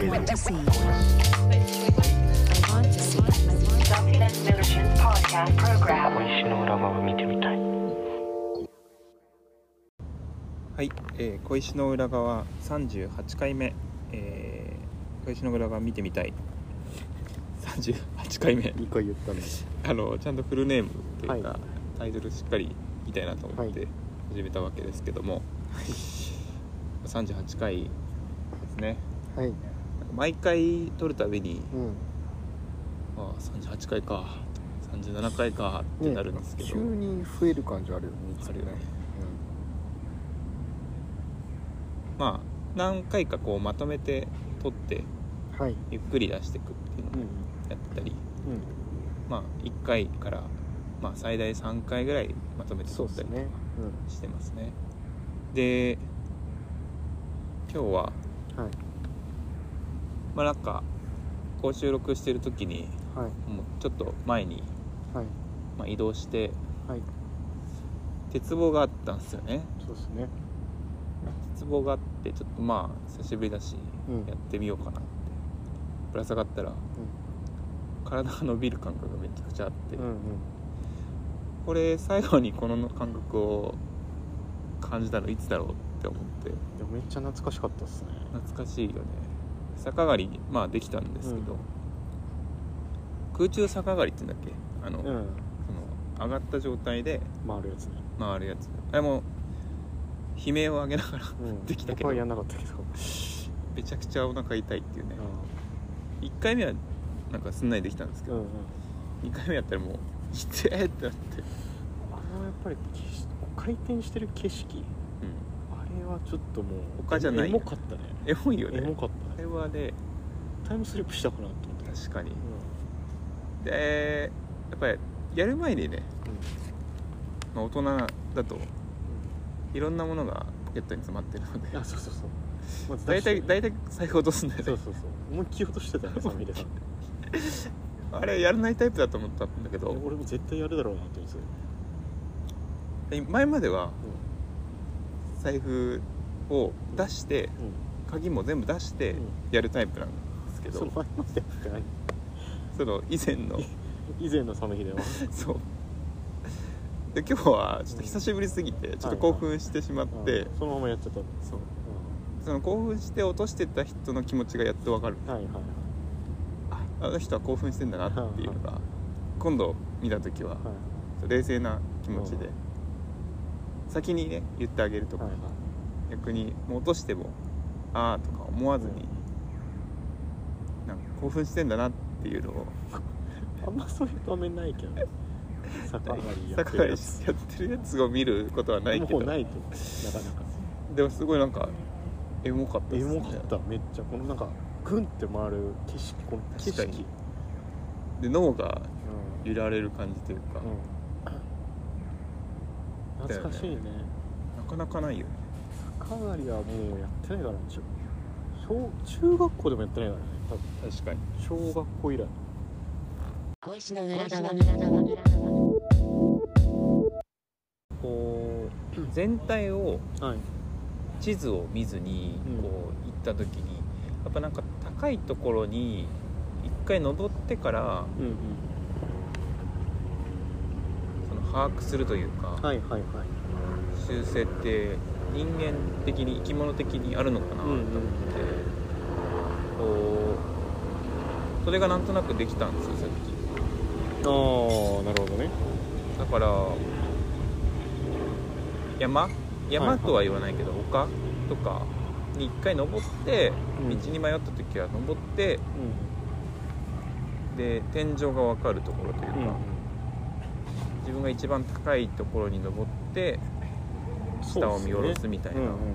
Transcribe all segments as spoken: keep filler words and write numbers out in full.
けで。 小石の裏側見てみたい。 はい、えー、小石の裏側さんじゅうはちかいめ、えー、小石の裏側見てみたいさんじゅうはちかいめにかい言ったね。 あのちゃんとフルネームというか、 はい、 タイトルしっかり言いたいなと思って始めたわけですけども、はい、さんじゅうはちかいですね。 はい、 毎回撮るたびに、 うん、 ああさんじゅうはちかいかさんじゅうななかいかってなるんですけど、 ね、急に増える感じあるよね。 あるよね、うん、まあ何回かこうまとめて撮って、はい、ゆっくり出していくっていうのをやったり、うんうん、まあいっかいから、まあ、最大さんかいぐらいまとめて撮ったりとかしてますね。で今日は、はい、まあなんかこう収録してる時に、はい、もうちょっと前に、はいまあ、移動して、はい、鉄棒があったんですよね。 そうですね。 鉄棒があってちょっとまあ久しぶりだし、うん、やってみようかなってぶら下がったら、うん、体が伸びる感覚がめちゃくちゃあって、うんうん、これ最後にこの感覚を感じたのいつだろうって思って。 いやめっちゃ懐かしかったっすね。 懐かしいよね。逆上がりまあできたんですけど、うん、空中逆上がりって言うんだっけ、あの、うん、その上がった状態で回るやつね。 回るやつ。あれも悲鳴を上げながら、うん、できたけど、僕はやんなかったけどめちゃくちゃお腹痛いっていうね、うん、いっかいめはなんかすんなりできたんですけど、うんうん、にかいめやったらもう痛えってなって、 あのやっぱり回転してる景色、うん、あれはちょっともう他じゃない。 エモかったね。 エモいよね。 エモかったね。 あれはねタイムスリップしたかなと思って。 確かに、うん、でやっぱりやる前にね、うんまあ、大人だといろんなものがポケットに詰まってるので、 あそうそうそう、 まず大体大体財布落とすんだよね。 そうそうそう、思いっきり落としてたねサミレさんあれやらないタイプだと思ったんだけど、 俺も絶対やるだろうなと思って。 前までは財布を出して、うん、鍵も全部出してやるタイプなんですけど、 その前までって何その以前の以前のサムヒデはそうで今日はちょっと久しぶりすぎてちょっと興奮してしまって、はいはい、 そのままやっちゃった。そう、 うん、その興奮して落としてた人の気持ちがやっと分かる、はいはい、あ、あの人は興奮してんだなっていうのが、はいはい、今度見た時は、はい、冷静な気持ちで、うん、先にね言ってあげるとか、はいはい、逆にもう落としてもあーとか思わずに、うん、なんか興奮してんだなっていうのをあんまそういう場面ないけどね。逆上がりやってるやつやってるやつを見ることはないけど、 もうないとなかなか。 でもすごいなんかエモかったですね。 エモかった。めっちゃこのなんかグンって回る景色、この景色で脳が揺られる感じというか、 うん、懐かしいね。 なかなかないよね。 逆上がりはもうやってないからね。小中学校でもやってないからね多分。 確かに小学校以来。 小石の裏側。 こう全体を地図を見ずにこう行った時に、やっぱなんか高いところに一回登ってから、うんうん、その把握するというか、はいはいはい、習性って人間的に生き物的にあるのかなと思って、うんうん、こうそれがなんとなくできたんですよさっき。 ああ、なるほどね。 だから山山とは言わないけど、はいはい、丘とかに一回登って、うん、道に迷った時は登って、うん、で天井が分かるところというか、うん、自分が一番高いところに登って下を見下ろすみたいなのって、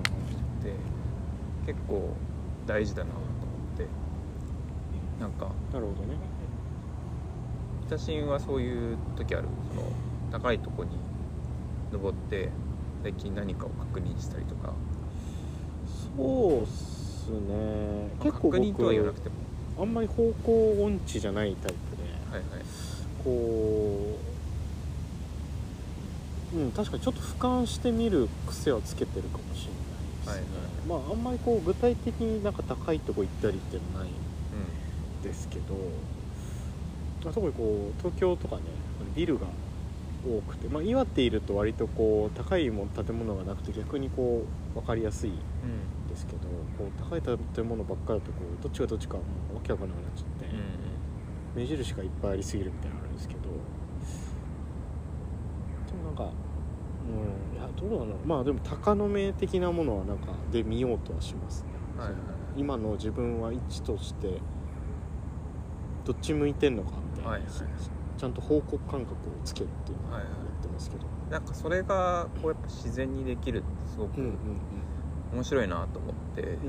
結構大事だなと思って、なんかなるほどね。 私はそういう時ある。その高いところに登って最近何かを確認したりとか。 そうっすね、 まあ、結構僕確認とは言わなくてもあんまり方向音痴じゃないタイプで、はいはい、こううん確かにちょっと俯瞰して見る癖はつけてるかもしれないですね、 はいまああんまりこう具体的になんか高いとこ行ったりっていうのはないんですけど、まあ、特にこう東京とかねビルが多くて、まあ、岩手いると割とこう高いも建物がなくて逆にこう分かりやすいんですけど、こう高い建物ばっかりだとこうどっちがどっちかもうわけわかんなくなっちゃって、 うんうん目印がいっぱいありすぎるみたいなのあるんですけど、でもなんか、うん、いやどうだろう、まあでも鷹の目的なものはなんかで見ようとはしますね、 はいはい、 今の自分は位置としてどっち向いてんのかみたいな、 はいはい、 ちゃんと方向感覚をつけるっていうのをやってますけど、はいはい、 なんかそれがこうやっぱ自然にできるってすごく面白いなと思って、うんうんうん、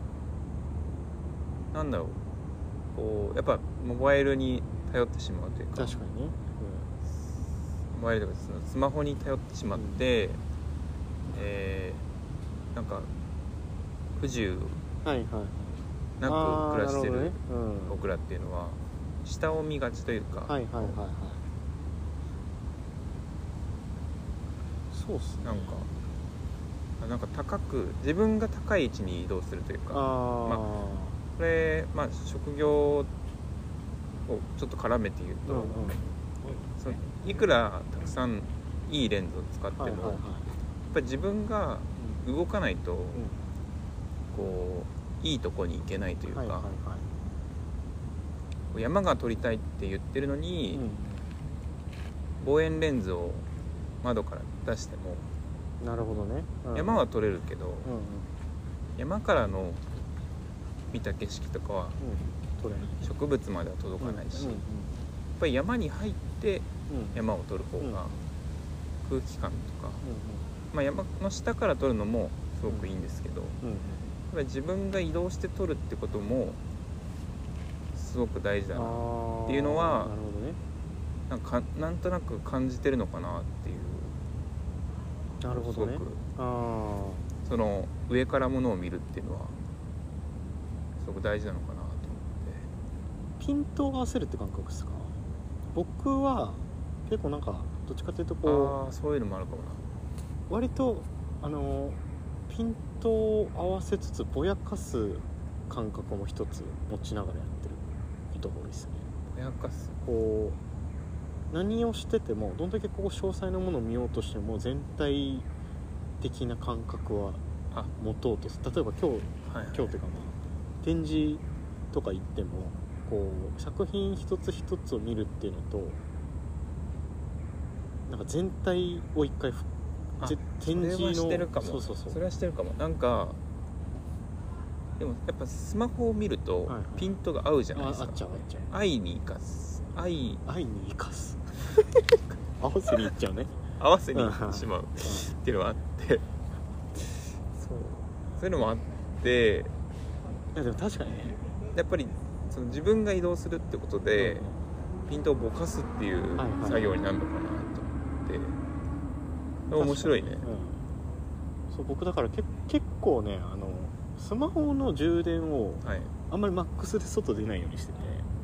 なんだろうこうやっぱモバイルに頼ってしまうというか、 確かにね、 うん、モバイルとかスマホに頼ってしまって、うんえー、なんか不自由なく暮らしてる僕らっていうのは下を見がちというか、 はいはいはいはい、そうっすね、 なんかなんか高く自分が高い位置に移動するというか、 あ、まあこれ、まあ、職業をちょっと絡めて言うと、うんうん、そのいくらたくさんいいレンズを使っても、はいはいはい、やっぱり自分が動かないと、うん、こういいとこに行けないというか、はいはいはい、山が撮りたいって言ってるのに、うん、望遠レンズを窓から出してもなるほどね、 うん、山は撮れるけど、うんうん、山からの見た景色とかは植物までは届かないし、うんうんうん、やっぱり山に入って山を撮る方が空気感とか、うんうんまあ、山の下から撮るのもすごくいいんですけど、うんうん、やっぱり自分が移動して撮るってこともすごく大事だなっていうのは、なるほどね、なんかなんとなく感じてるのかなっていう。 なるほどね、 すごくあその上からものを見るっていうのはすごく大事なのかなと思って。 ピントを合わせるって感覚ですか？僕は結構なんかどっちかというとこうあそういうのもあるかもな。 割とあのピントを合わせつつぼやかす感覚も一つ持ちながらやってることが多いですね。 ぼやかすこう何をしててもどんだけこう詳細なものを見ようとしても全体的な感覚は持とうとする。例えば今日、はいはい、今日というかまあ展示とか行ってもこう作品一つ一つを見るっていうのとなんか全体を一回展示のそれはしてるかも。 そうそうそう、 それはしてるかも。なんかでもやっぱスマホを見るとピントが合うじゃないですか。 はいはい、あ、あっちゃうあっちゃう。 愛に生かす愛愛に生かす合わせにいっちゃうね合わせにいってしまうっていうのがあってそうそういうのもあって、 いやでも確かにねやっぱりその自分が移動するってことで、うん、ピントをぼかすっていう作業になるのかなと思って、はいはい、面白いね、 うん、そう僕だからけ結構ねあのスマホの充電をあんまりマックスで外出ないようにしてて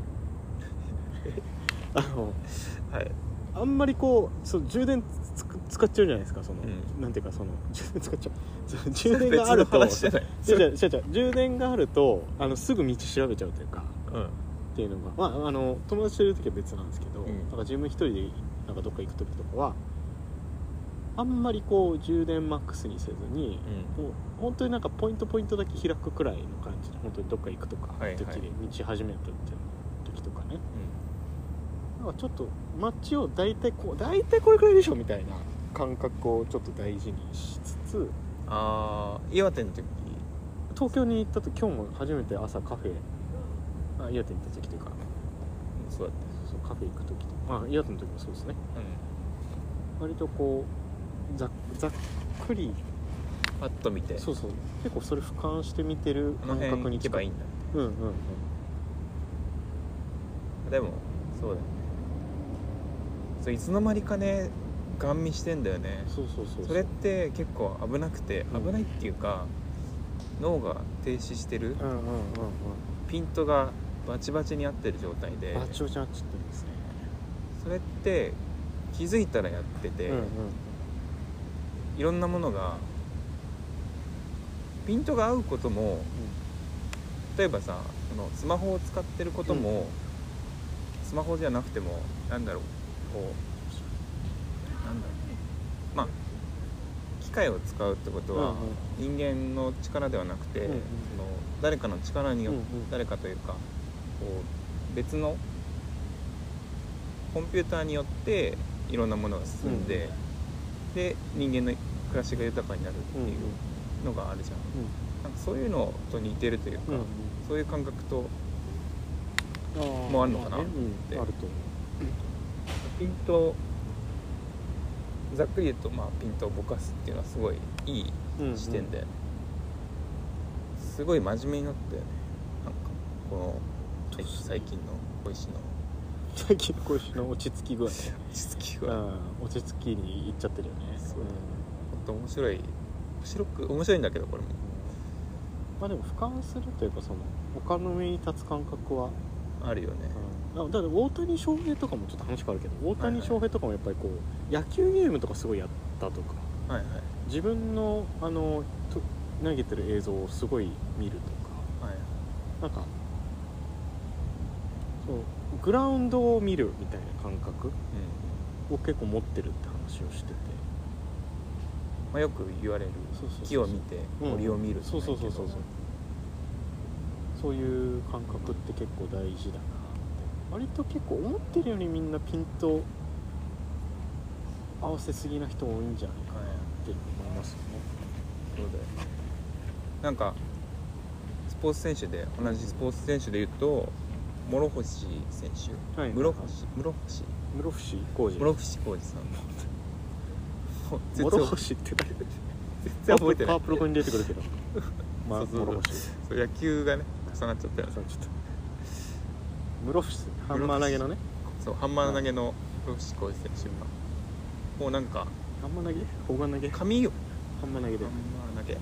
あの、はい、あんまりこうその充電つ使っちゃうじゃないですかその、うん、なんていうかその充電使っちゃう充電があると充電があるとあのすぐ道調べちゃうというか、うん、っていうのが、まあ、あの友達といる時は別なんですけど、うん、なんか自分一人でなんかどっか行く時とかはあんまりこう充電マックスにせずに、うん、もう本当になんかポイントポイントだけ開くくらいの感じで本当にどっか行くとか、はいはい、時で道始めたっていう時とかね、うん、なんかちょっと街を大体こう大体これくらいでしょみたいな感覚をちょっと大事にしつつ、 あー岩手の時東京に行った時今日も初めて朝カフェあ岩手に行った時というかそうだったそうカフェ行く時とか、まあ、岩手の時もそうですね、うん、割とこうざ, ざっくりパッと見てそうそう結構それ俯瞰して見てる感覚に行けばいいんだ。 うんうんうんでもそうだよねそれいつの間にかねガン見してんだよね。 そうそうそうそうそれって結構危なくて危ないっていうか、うん、脳が停止してる、うんうんうんうん、ピントがバチバチに合ってる状態でバチバチになっちゃってるんですね。 それって気づいたらやってて、うんうん、いろんなものがピントが合うことも、例えばさそのスマホを使ってることも、うん、スマホじゃなくてもなんだろうこうなんだろうまあ機械を使うってことは、うんうん、人間の力ではなくて、うんうん、その誰かの力によって、うんうん、誰かというかこう別のコンピューターによっていろんなものが進んで、うん、で人間の暮らしが豊かになるっていうのがあるじゃん、うん、なんかそういうのと似てるというか、うんうん、そういう感覚ともあるのかなって、 うん、あると思う。 ピントざっくり言うと、まあ、ピントをぼかすっていうのはすごいいい視点で、うんうん、すごい真面目になったよね。なんかこの最近の小石の最近の小石の落ち着き具合落ち着き具合、うん、 落ち着きにいっちゃってるよね。 そう、うん、ほんと面白い面白く面白いんだけどこれも、うん、 まあでも俯瞰するというかその他の上に立つ感覚はあるよね、 うん、だから大谷翔平とかもちょっと話変わるけど大谷翔平とかもやっぱりこう野球ゲームとかすごいやったとか、 はいはい、 自分のあの投げてる映像をすごい見るとか、はい、なんかそうグラウンドを見るみたいな感覚を結構持ってるって話をしてて、 まあ、よく言われる木を見て森を見るって、 そうそうそうそうそうそういう感覚って結構大事だなって割と結構思ってるよりみんなピント合わせすぎな人多いんじゃないかなって思いますよね。 そうだよね。なんかスポーツ選手で同じスポーツ選手で言うと諸星選手、はい、室伏室伏室伏浩二室伏浩二さんの諸星って誰全然覚えてない。 パープロコに出てくるけどまあ、 そうそうそうそう野球がね重なっちゃったよね。 室伏ハンマー投げのねそうハンマー投げの室伏浩二選手がもうなんかハンマー投げ砲丸投げ紙をハンマー投げでハンマー投げ、うん、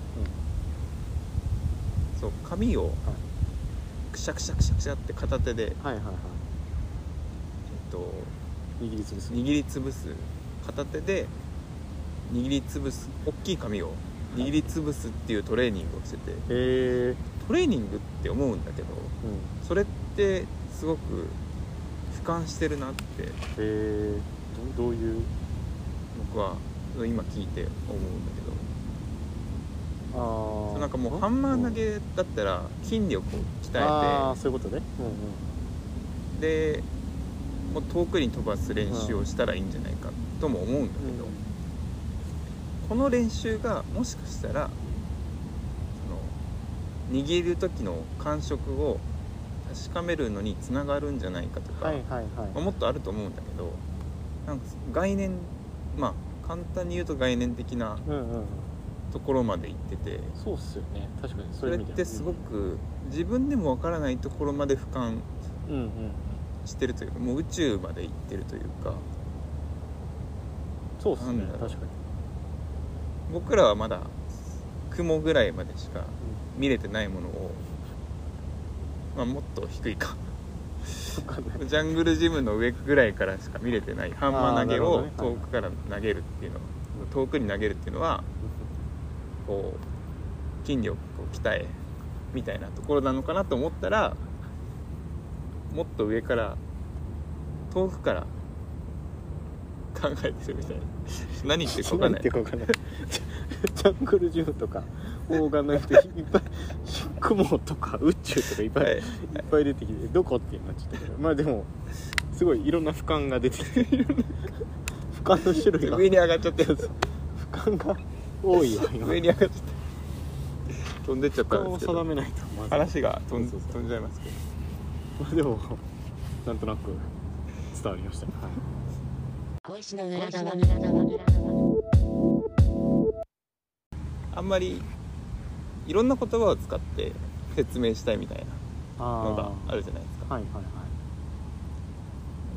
そう紙を、はい、くしゃくしゃくしゃくしゃって片手で、はいはいはい、えっと握りつぶす握りつぶす片手で握りつぶす大きい紙を握りつぶすっていうトレーニングをしてて、 へトレーニングって思うんだけど、うん、それってすごく俯瞰してるなって、 へど, どういう僕は今聞いて思うんだけど、 あそうなんかもうハンマー投げだったら筋力を鍛えて、 あそういうことね、うんうん、でもう遠くに飛ばす練習をしたらいいんじゃないかとも思うんだけど、うん、この練習がもしかしたらその握る時の感触を確かめるのにつながるんじゃないかとか、はいはいはいまあ、もっとあると思うんだけど、なんか概念まあ簡単に言うと概念的なところまで行ってて、 うんうん、そうっすよね確かにそれってすごく自分でもわからないところまで俯瞰してるというか、もう宇宙まで行ってるというか、 そうっすね確かに僕らはまだ雲ぐらいまでしか見れてないものを、まあ、もっと低いかジャングルジムの上ぐらいからしか見れてないハンマー投げを遠くから投げるっていうの、遠くに投げるっていうのはこう筋力を鍛えみたいなところなのかなと思ったら、もっと上から遠くから考えてるみたいな何言ってるか分かんないジャングルジムとかオーガンの人いっぱい雲とか宇宙とかいっぱい、はい、いっぱい出てきてどこってなっちゃったけど、まあでもすごいいろんな俯瞰が出てきて俯瞰の種類が上に上がっちゃってる俯瞰が多いわ今上に上がっちゃって飛んでっちゃったんですけど、 定めないとまず話が飛ん、そうそうそう飛んじゃいますけど、 まあでもなんとなく伝わりました、はい小石の裏側あんまりいろんな言葉を使って説明したいみたいなのがあるじゃないですか。 はいはいはい、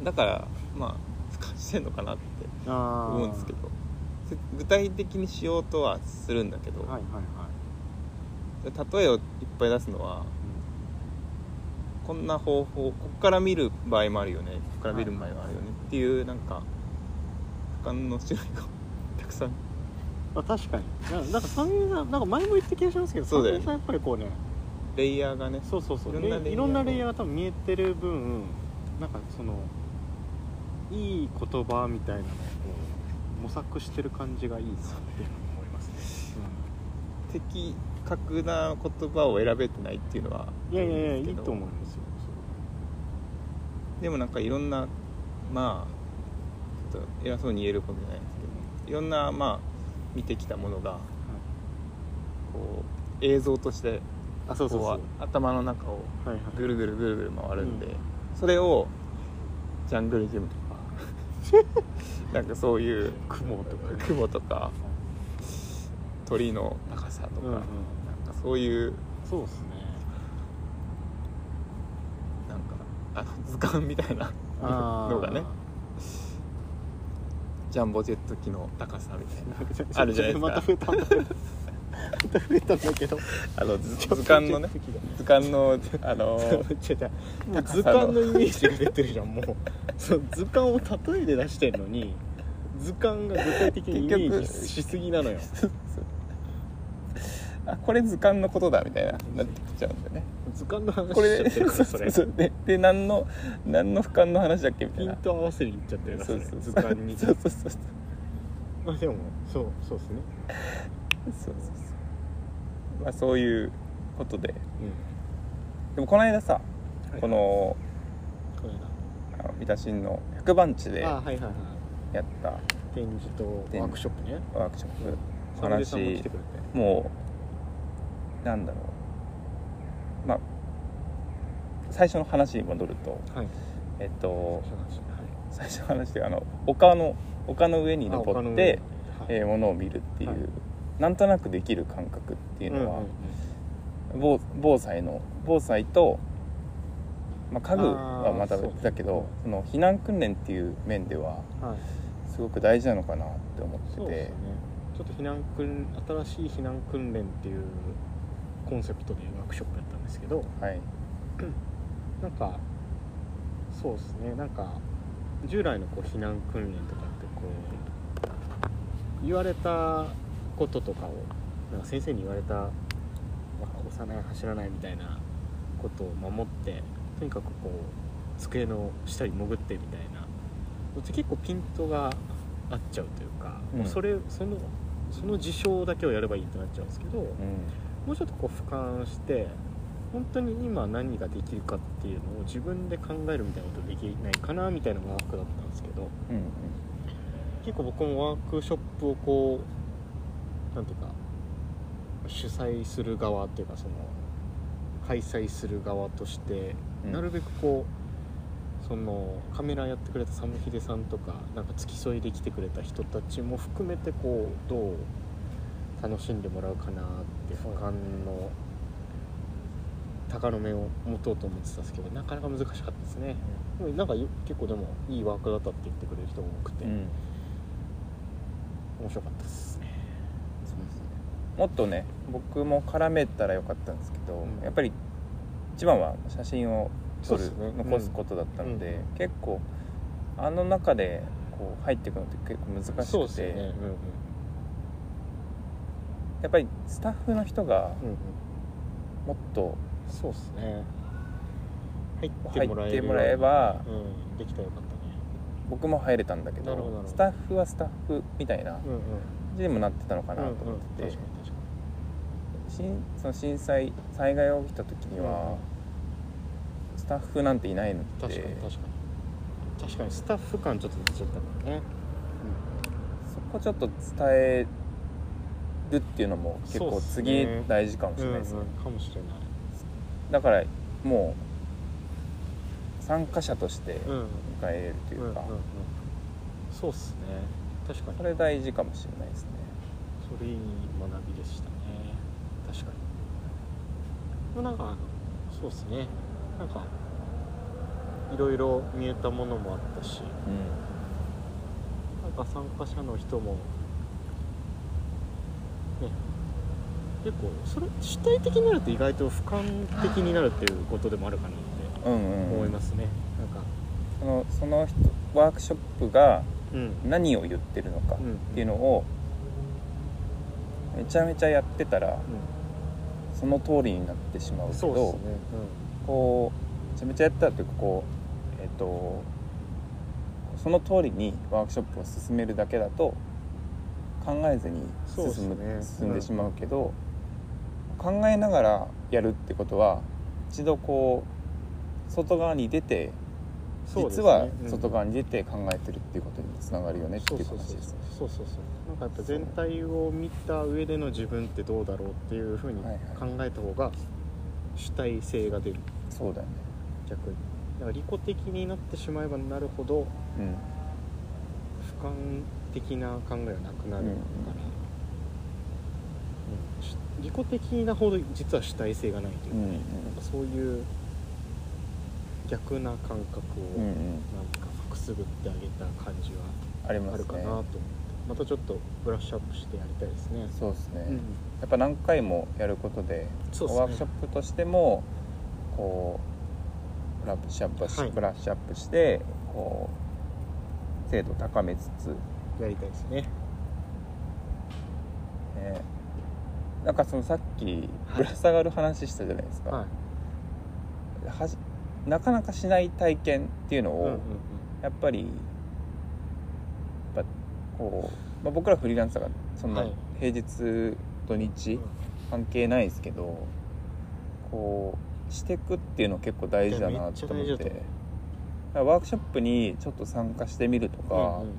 だからまあ俯瞰してんのかなって思うんですけど、具体的にしようとはするんだけど、はいはいはい、例えをいっぱい出すのは、うん、こんな方法ここから見る場合もあるよね、ここから見る場合もあるよねっていうなんか俯瞰の種類がたくさんあ確かにな、なんか三平さんなんか前も言った気がしますけど、 そうだよね三平さんやっぱりこうね、 レイヤーがね、 そうそうそう、 いろんなレイヤーいろんなレイヤーが多分見えてる分、なんかそのいい言葉みたいなのをこう模索してる感じがいいなっていうのを思いますね、 的確な言葉を選べてないっていうのはうん、いやいやいやいいんですけどいいと思いますよ。 でもなんかいろんな、まあちょっと偉そうに言えることじゃないですけど、いろんなまあ見てきたものが、こう映像としてあそうそうそう、 こう頭の中をはいはい、 ぐるぐるぐるぐる回るんで、 うんそれをジャングルジムとかなんかそういう雲とか、ね、 雲とか鳥の高さとか、 うんうん、 なんかそういうそうですね、 なんかあの図鑑みたいなのがね、ジャンボジェット機の高さみたいなあるじゃないですか。 また増えたんだけどまた増えたんだけどあの 図, 図鑑のね図鑑のあの違う違うもう図鑑のイメージが出てるじゃん。もうそう図鑑を例えで出してんのに図鑑が具体的にイメージしすぎなのよ。 あこれ図鑑のことだみたいななってきちゃうんでね。 図鑑の話これしちゃってるからそれそうでで何の何の俯瞰の話だっけみたいな。 ピント合わせにいっちゃってるからそれそうそうそう図鑑に。 そうそうそうそうまあでもそうそうですね。 そうそうそう。まあそういうことで。 うん。 でもこの間さ、 はい、 このこれだ。 あの三田新のひゃくばん地でやあはいはいはい。 った展示とワークショップね。 ワークショップ、 サムデさんも来てくれて。 もうなんだろう、まあ最初の話に戻ると、 はい、 えっと最初の話、はい、 最初の話であの丘の丘の上に登って、 はいえー、ものを見るっていう、はい、なんとなくできる感覚っていうのは、うんうんうん、防災の防災と、まあ、家具はまた別だけど、その避難訓練っていう面では、はい、すごく大事なのかなって思ってて、そうですね、 ちょっと避難訓新しい避難訓練っていうコンセプトでワークショップやったんですけど、 はい、 なんかそうですね、なんか従来のこう避難訓練とかってこう言われたこととかをなんか先生に言われた押さない走らないみたいなことを守ってとにかくこう机の下に潜ってみたいな結構ピントが合っちゃうというか、うん、もうそれそのその事象だけをやればいいってなっちゃうんですけど、うん、もうちょっとこう俯瞰して本当に今何ができるかっていうのを自分で考えるみたいなことできないかなみたいなワークだったんですけど、うんうん、結構僕もワークショップをこうなんていうか主催する側っていうかその開催する側として、うん、なるべくこうそのカメラやってくれたサムヒデさんとかなんか付き添いで来てくれた人たちも含めてこうどう楽しんでもらうかなって俯瞰の高の目を持とうと思ってたんですけどなかなか難しかったですね、うん、なんか結構でもいいワークだったって言ってくれる人が多くて、うん、面白かったですね。 そうですね、もっとね僕も絡めたらよかったんですけど、うん、やっぱり一番は写真を撮る、ね、残すことだったので、うん、結構あの中でこう入っていくのって結構難しくて、そうですね、うんうん、やっぱりスタッフの人がもっとそうですね入ってもらえもらえば、 うん、できたらよかったね。 僕も入れたんだけど、どスタッフはスタッフみたいな感じにもなってたのかなと思ってて、うんうん、確かに確かにその震災災害が起きた時には、うんうん、スタッフなんていないのって、 確かに確かに確かにスタッフ感ちょっと出ちゃったからね、 うん、そこちょっと伝えるっていうのも結構次大事かもしれないですね、 うんうん、かもしれない。 だからもう参加者として迎えれるというか、うんうんうんうん、 そうっすね、確かにそれ大事かもしれないですね。 それいい学びでしたね。確かになんかそうっすね、なんかいろいろ見えたものもあったし、うん、なんか参加者の人もね結構それ主体的になると意外と俯瞰的になるっていうことでもあるかなって思いますね、うんうんうん、 なんかその、その人ワークショップが何を言ってるのかっていうのをめちゃめちゃやってたら、 うん、 その通りになってしまうけど、 そうですね、 こうめちゃめちゃやったらというかこう、えー、とその通りにワークショップを進めるだけだと考えずに進む、 ね、 進んでしまうけど、うん、考えながらやるってことは一度こう外側に出て、実は外側に出て考えてるっていうことにつながるよねっていう話です。 そうそうそう、なんかやっぱ全体を見た上での自分ってどうだろうっていうふうに考えた方が主体性が出る。 そうだよね。 逆にだから利己的になってしまえばなるほど、うん、俯瞰的な考えはなくなるから、うんうん、利己的なほど実は主体性がないというか、ね、うんうん、なんかそういう逆な感覚をなんかくすぐってあげた感じはあるかなと思って、またちょっとブラッシュアップしてやりたいですね。 そうですね、うん、やっぱ何回もやることで、そうですね、ワークショップとしてもこうブラッシュアップし、はい、ブラッシュアップしてこう精度を高めつつやりたいですね。 ね、なんかそのさっきぶら下がる話したじゃないですか、はい、はじなかなかしない体験っていうのを、うんうんうん、やっぱりやっぱこう、まあ、僕らフリーランスだからそんな平日土日関係ないですけど、こうしていくっていうの結構大事だなと思って、ワークショップにちょっと参加してみるとか、うんうんうん、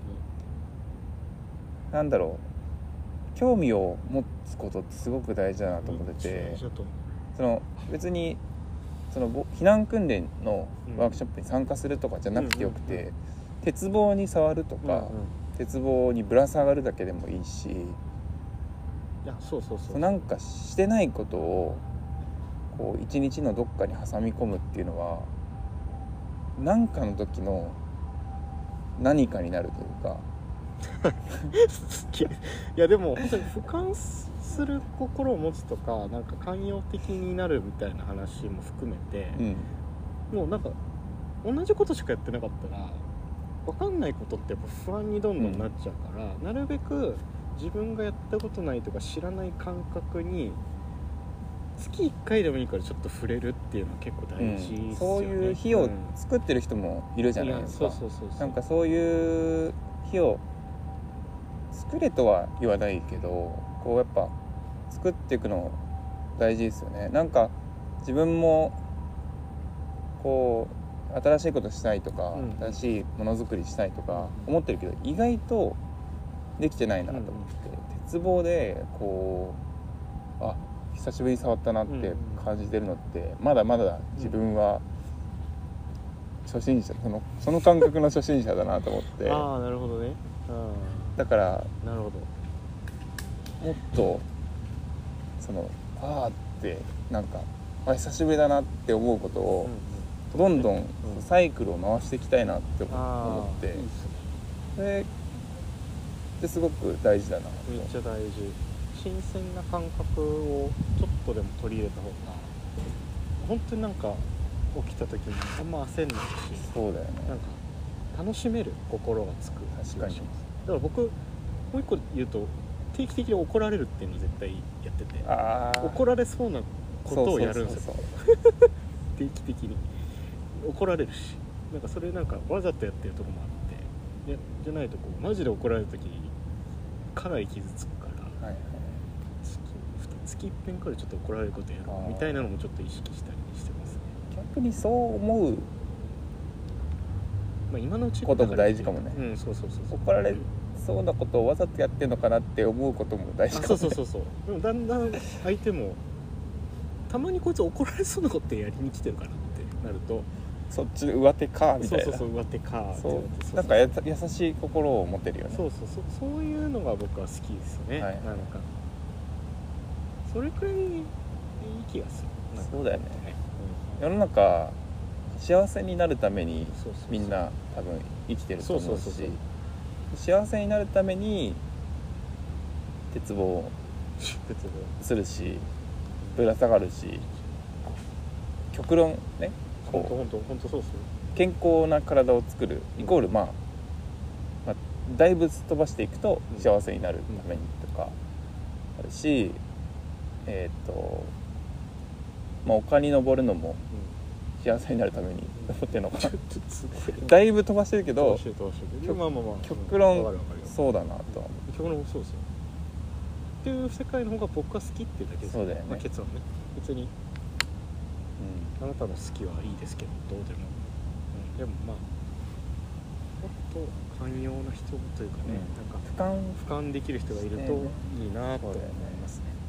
なんだろう、興味を持つことってすごく大事だなと思ってて、その別にその避難訓練のワークショップに参加するとかじゃなくてよくて、うんうんうん、鉄棒に触るとか、うんうん、鉄棒にぶら下がるだけでもいいし、いやそうそうそう、 なんかしてないことをこう一日のどっかに挟み込むっていうのは何かの時の何かになるというかいやでも本当に俯瞰する心を持つとか、なんか寛容的になるみたいな話も含めて、うん、もうなんか同じことしかやってなかったら分かんないことってやっぱ不安にどんどんなっちゃうから、うん、なるべく自分がやったことないとか知らない感覚に月いっかいでもいいからちょっと触れるっていうのは結構大事ですよね、うん、 そういう日を作ってる人もいるじゃないですか。 そうそうそうそう、 なんかそういう日を作れとは言わないけど、こうやっぱ作っていくの大事ですよね。なんか自分もこう新しいことしたいとか、うん、新しいものづくりしたいとか思ってるけど、意外とできてないなと思って、うん、鉄棒でこうあ久しぶりに触ったなって感じてるのって、まだまだ自分は初心者、その、その感覚の初心者だなと思って。 ああなるほどね。 あだからなるほど、もっとそのあーってなんかあ久しぶりだなって思うことを、うんうん、どんどんサイクルを回していきたいなって思って、うん、それってすごく大事だな。 めっちゃ大事。新鮮な感覚をちょっとでも取り入れた方が本当になんか起きた時にあんま焦んないし、 そうだよね、 なんか楽しめる心がつく。 確かに。だから僕もう一個言うと、定期的に怒られるっていうのを絶対やってて、あ怒られそうなことをやるんですよ。定期的に怒られるし、なんかそれなんかわざとやってるとこもあって、いやじゃないとこうマジで怒られる時にかなり傷つくから、はいはい、月, 月一遍くらいちょっと怒られることやろうみたいなのもちょっと意識したりしてますね。 逆にそう思う、 まあ、今のうちことも大事かもね。 うん、そうそうそうそう。 怒られそうなことをわざとやってるのかなって思うことも大事かもね。 そうそうそうそう。でもだんだん相手もたまにこいつ怒られそうなことやりに来てるかなってなると、 そっちの上手かみたいな。 そうそうそう、上手かって。そうそうなんかや優しい心を持てるよね。 そうそうそう、そういうのが僕は好きですよね。はい、なんかそれくらいいい気がする。 そうだよね。うん、世の中幸せになるためにみんな多分生きてると思うし、幸せになるために鉄棒をするし、ぶら下がるし、極論ね、こう本当本当そうですよ。 健康な体を作るイコール、まあ、まあだいぶすっ飛ばしていくと幸せになるためにとかあるし、えっ、とまあ丘に登るのも幸せになるために登ってるのかなだいぶ飛ばしてるけどまあまあまあ極論そうだなとは極論そうですよっていう世界の方が僕は好きっていうだけです。 そうだよね、 まあ、結論ね別に、うん、あなたの好きはいいですけどどうでも、うん、でもまあもっと寛容な人というかね、うん、なんか俯瞰俯瞰できる人がいるといいなと思いますね。